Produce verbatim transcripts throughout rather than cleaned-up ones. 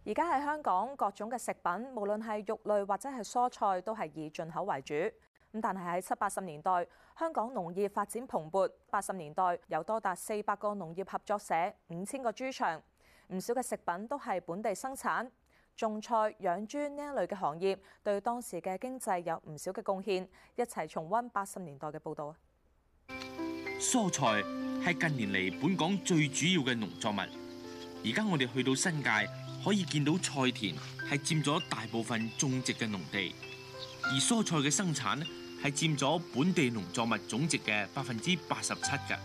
而家喺香港，各種嘅食品，無論係肉類或者係蔬菜，都係以進口為主。咁但係喺七八十年代，香港農業發展蓬勃。八十年代有多達四百個農業合作社，五千個豬場，唔少嘅食品都係本地生產。種菜、養豬呢一類嘅行業，對當時嘅經濟有唔少嘅貢獻。一齊重溫八十年代嘅報導啊！ 蔬菜係近年嚟本港最主要嘅農作物。而家我哋去到新界，可以見到菜田係佔咗大部分種植嘅農地，而蔬菜嘅生產呢係佔咗本地農作物總值嘅百分之八十七㗎。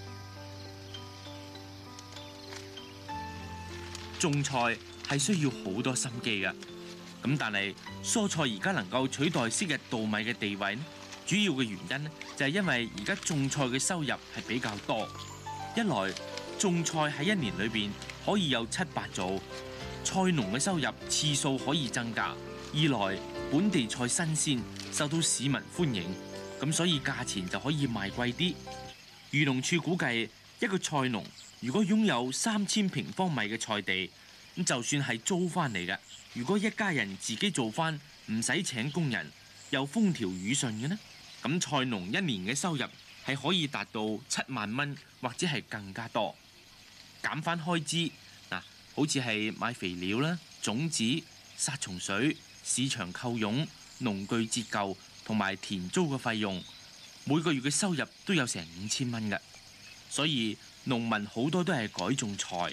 種菜係需要好多心機㗎，咁但係蔬菜而家能夠取代昔日稻米嘅地位呢，主要嘅原因呢就係因為而家種菜嘅收入係比較多，一來種菜喺一年裏邊可以有七八造，菜農嘅收入次數可以增加；二來本地菜新鮮，受到市民歡迎，咁所以價錢就可以賣貴啲。漁農處估計，一個菜農如果擁有三千平方米嘅菜地，咁就算係租翻嚟嘅，如果一家人自己做翻，唔使請工人，又風調雨順嘅呢，咁菜農一年嘅收入係可以達到七萬蚊或者係更加多。減翻開支嗱，好似係買肥料啦、種子、殺蟲水、市場購傭、農具折舊同埋田租嘅費用，每個月嘅收入都有成五千蚊㗎。所以農民好多都係改種菜。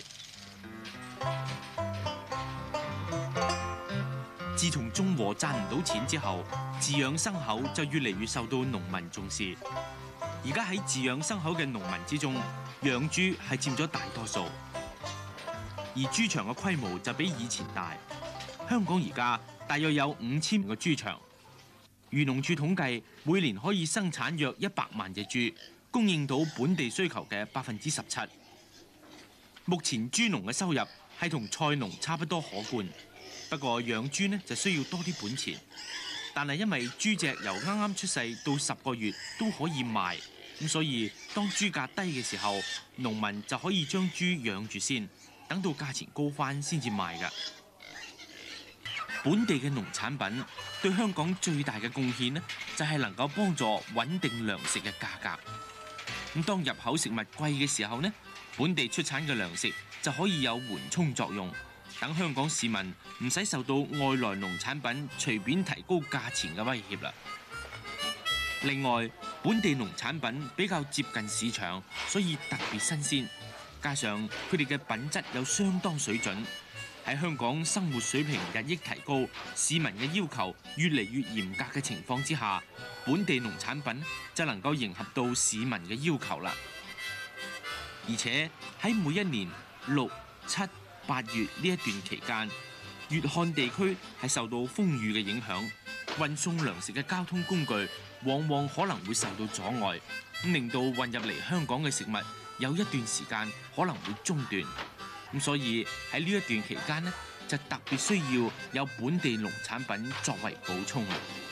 自從種禾賺唔到錢之後，飼養牲口就越嚟越受到農民重視。而家喺飼養牲口嘅農民之中，養豬係佔咗大多數，而豬場嘅規模就比以前大。香港而家大約有五千個豬場，漁農處統計每年可以生產約一百萬隻豬，供應到本地需求嘅百分之十七。目前豬農嘅收入係同菜農差不多可觀，不過養豬呢就需要多啲本錢，但係因為豬隻由啱啱出世到十個月都可以賣。咁所以，當豬價低嘅時候，農民就可以將豬養住先，等到價錢高返先至賣㗎。本地嘅農產品對香港最大嘅貢獻呢，就係能夠幫助穩定糧食嘅價格。咁當入口食物貴嘅時候呢，本地出產嘅糧食就可以有緩衝作用，等香港市民唔使受到外來農產品隨便提高價錢嘅威脅啦。另外，本地農產品比較接近市場，所以特別新鮮，加上佢哋嘅品質有相當水準。喺香港生活水平日益提高，市民嘅要求越嚟越嚴格嘅情況之下，本地農產品就能夠迎合到市民嘅要求啦。而且喺每一年六、七、八月呢一段期間，粵漢地區係受到風雨嘅影響，運送糧食嘅交通工具往往可能會受到阻礙，咁令到運入嚟香港嘅食物有一段時間可能會中斷。咁所以喺呢一段期間呢，就特別需要有本地農產品作為補充。